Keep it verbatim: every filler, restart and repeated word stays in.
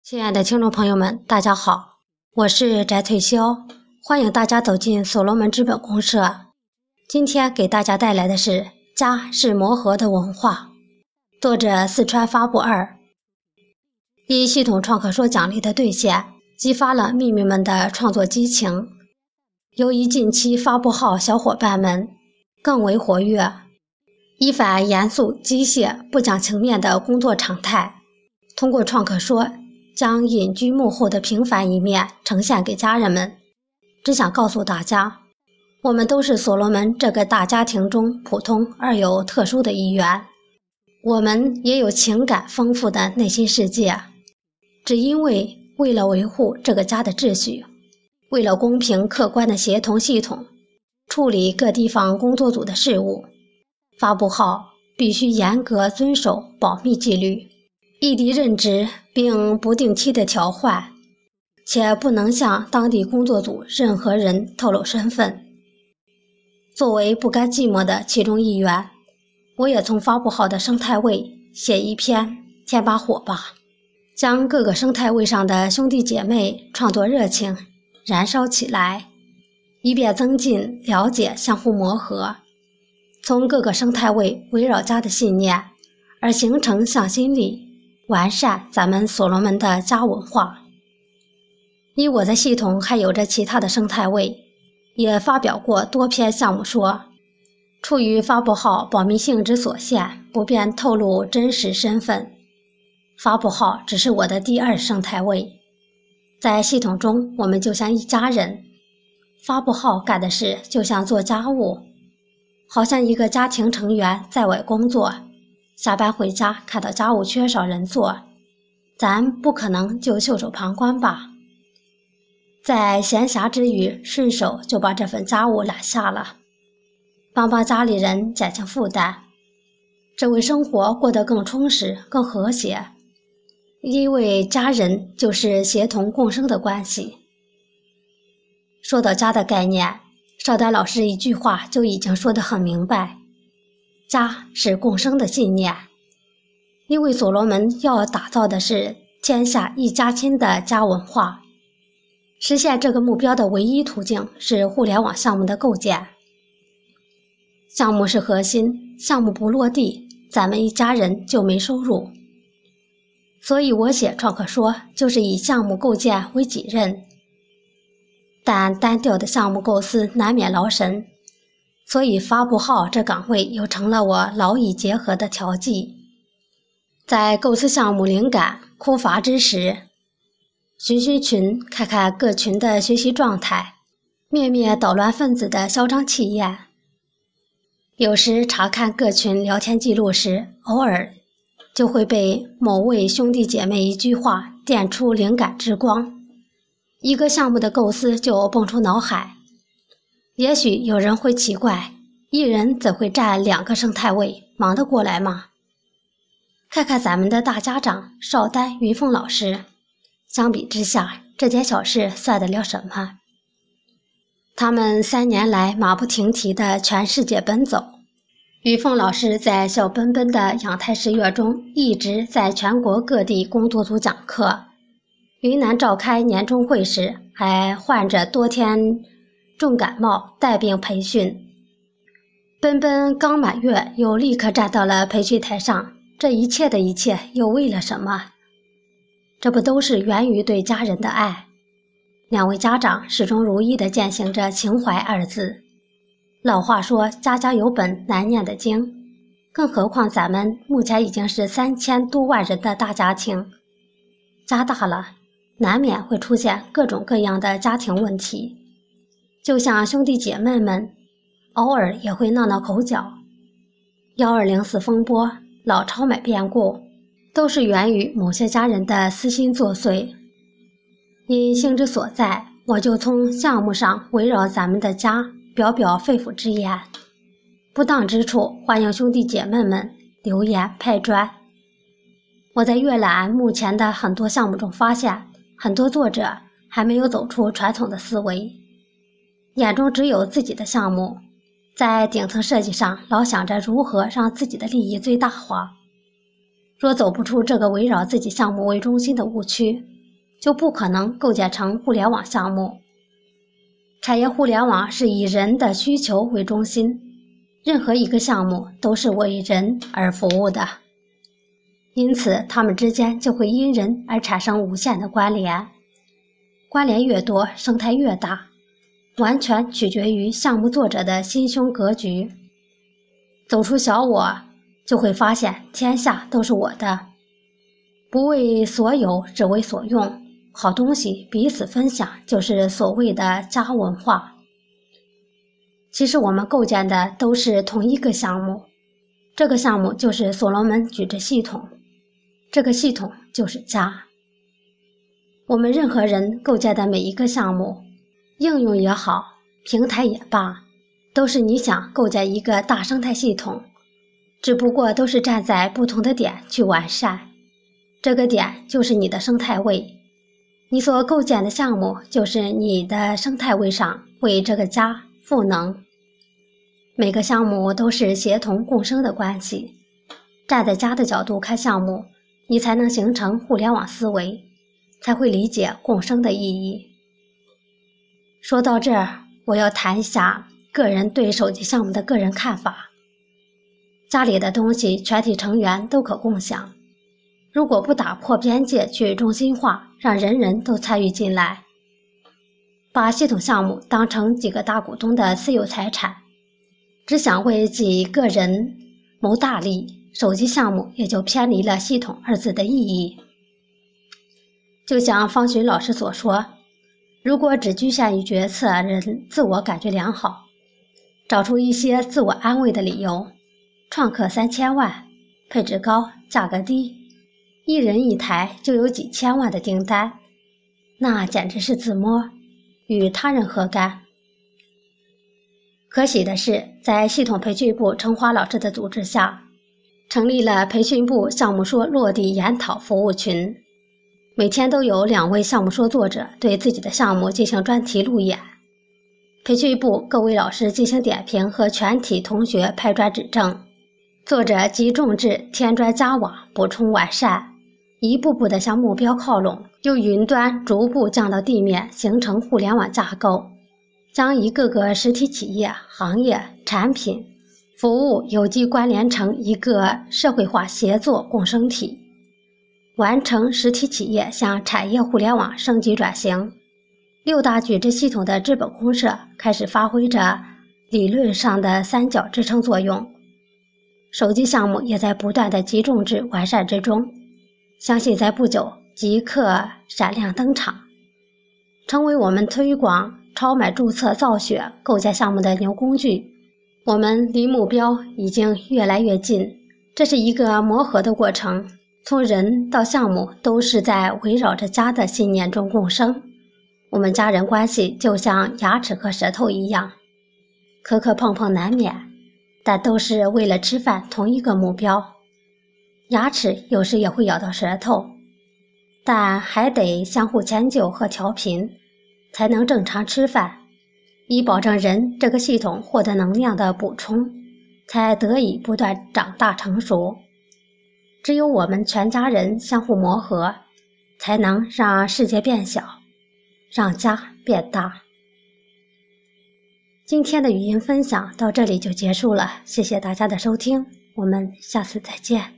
亲爱的听众朋友们，大家好，我是翟翠霄，欢迎大家走进所罗门资本公社。今天给大家带来的是家是磨合的文化，作者四川发布二。以系统创客说奖励的兑现，激发了秘密们的创作激情。由于近期发布号小伙伴们更为活跃，一反严肃机械不讲情面的工作常态，通过创客说将隐居幕后的平凡一面呈现给家人们。只想告诉大家，我们都是所罗门这个大家庭中普通而又特殊的一员，我们也有情感丰富的内心世界，只因为为了维护这个家的秩序，为了公平客观的协同系统处理各地方工作组的事务，发布号必须严格遵守保密纪律，异地任职并不定期的调换，且不能向当地工作组任何人透露身份。作为不甘寂寞的其中一员，我也从发布号的生态位写一篇添把火吧，将各个生态位上的兄弟姐妹创作热情燃烧起来，以便增进了解，相互磨合，从各个生态位围绕家的信念而形成向心力，完善咱们所罗门的家文化。因我的系统还有着其他的生态位，也发表过多篇项目说，出于发布号保密性质所限，不便透露真实身份。发布号只是我的第二生态位，在系统中我们就像一家人。发布号干的事就像做家务，好像一个家庭成员在外工作，下班回家看到家务缺少人做，咱不可能就袖手旁观吧。在闲暇之余，顺手就把这份家务揽下了，帮帮家里人减轻负担，这为生活过得更充实更和谐。因为家人就是协同共生的关系。说到家的概念，邵丹老师一句话就已经说得很明白，家是共生的信念。因为所罗门要打造的是天下一家亲的家文化，实现这个目标的唯一途径是互联网项目的构建。项目是核心，项目不落地，咱们一家人就没收入。所以我写创客说就是以项目构建为己任，但单调的项目构思难免劳神，所以发布号这岗位又成了我劳逸结合的调剂。在构思项目灵感枯乏之时，寻寻群，看看各群的学习状态，灭灭捣乱分子的嚣张气焰。有时查看各群聊天记录时，偶尔就会被某位兄弟姐妹一句话电出灵感之光，一个项目的构思就蹦出脑海。也许有人会奇怪，一人怎会占两个生态位，忙得过来吗？看看咱们的大家长邵丹、云凤老师，相比之下，这点小事算得了什么？他们三年来马不停蹄地全世界奔走。云凤老师在小奔奔的养胎十月中一直在全国各地工作组讲课，云南召开年终会时还患着多天重感冒带病培训。奔奔刚满月又立刻站到了培训台上，这一切的一切又为了什么？这不都是源于对家人的爱？两位家长始终如一地践行着情怀二字。老话说家家有本难念的经，更何况咱们目前已经是三千多万人的大家庭，家大了难免会出现各种各样的家庭问题，就像兄弟姐妹们偶尔也会闹闹口角。一二零四风波、老超买变故都是源于某些家人的私心作祟。因性之所在，我就从项目上围绕咱们的家表表肺腑之言，不当之处欢迎兄弟姐妹们留言拍砖。我在阅览目前的很多项目中发现，很多作者还没有走出传统的思维，眼中只有自己的项目，在顶层设计上老想着如何让自己的利益最大化。若走不出这个围绕自己项目为中心的误区， 就不可能构建成互联网项目。产业互联网是以人的需求为中心，任何一个项目都是为人而服务的，因此它们之间就会因人而产生无限的关联，关联越多，生态越大，完全取决于项目作者的心胸格局。走出小我，就会发现天下都是我的，不为所有，只为所用。好东西彼此分享，就是所谓的家文化。其实我们构建的都是同一个项目，这个项目就是所罗门矩阵系统，这个系统就是家。我们任何人构建的每一个项目，应用也好，平台也罢，都是你想构建一个大生态系统，只不过都是站在不同的点去完善，这个点就是你的生态位。你所构建的项目就是你的生态位上为这个家赋能。每个项目都是协同共生的关系，站在家的角度看项目，你才能形成互联网思维，才会理解共生的意义。说到这儿，我要谈一下个人对手机项目的个人看法。家里的东西全体成员都可共享，如果不打破边界去中心化，让人人都参与进来，把系统项目当成几个大股东的私有财产，只想为几个人谋大利，手机项目也就偏离了系统二字的意义。就像方寻老师所说，如果只局限于决策人自我感觉良好，找出一些自我安慰的理由，创客三千万，配置高，价格低，一人一台就有几千万的订单，那简直是自摸，与他人何干？可喜的是，在系统培训部程华老师的组织下，成立了培训部项目说落地研讨服务群，每天都有两位项目说作者对自己的项目进行专题路演，培训部各位老师进行点评和全体同学拍砖指正，作者集中至添砖加瓦，补充完善，一步步地向目标靠拢，由云端逐步降到地面，形成互联网架构，将一个个实体企业、行业、产品、服务有机关联成一个社会化协作共生体，完成实体企业向产业互联网升级转型。六大矩阵系统的资本公社开始发挥着理论上的三角支撑作用，手机项目也在不断的集中至完善之中，相信在不久即刻闪亮登场，成为我们推广超买注册造血构建项目的牛工具。我们离目标已经越来越近，这是一个磨合的过程，从人到项目都是在围绕着家的信念中共生。我们家人关系就像牙齿和舌头一样，磕磕碰碰难免，但都是为了吃饭，同一个目标。牙齿有时也会咬到舌头，但还得相互迁就和调频，才能正常吃饭，以保证人这个系统获得能量的补充，才得以不断长大成熟。只有我们全家人相互磨合，才能让世界变小，让家变大。今天的语音分享到这里就结束了，谢谢大家的收听，我们下次再见。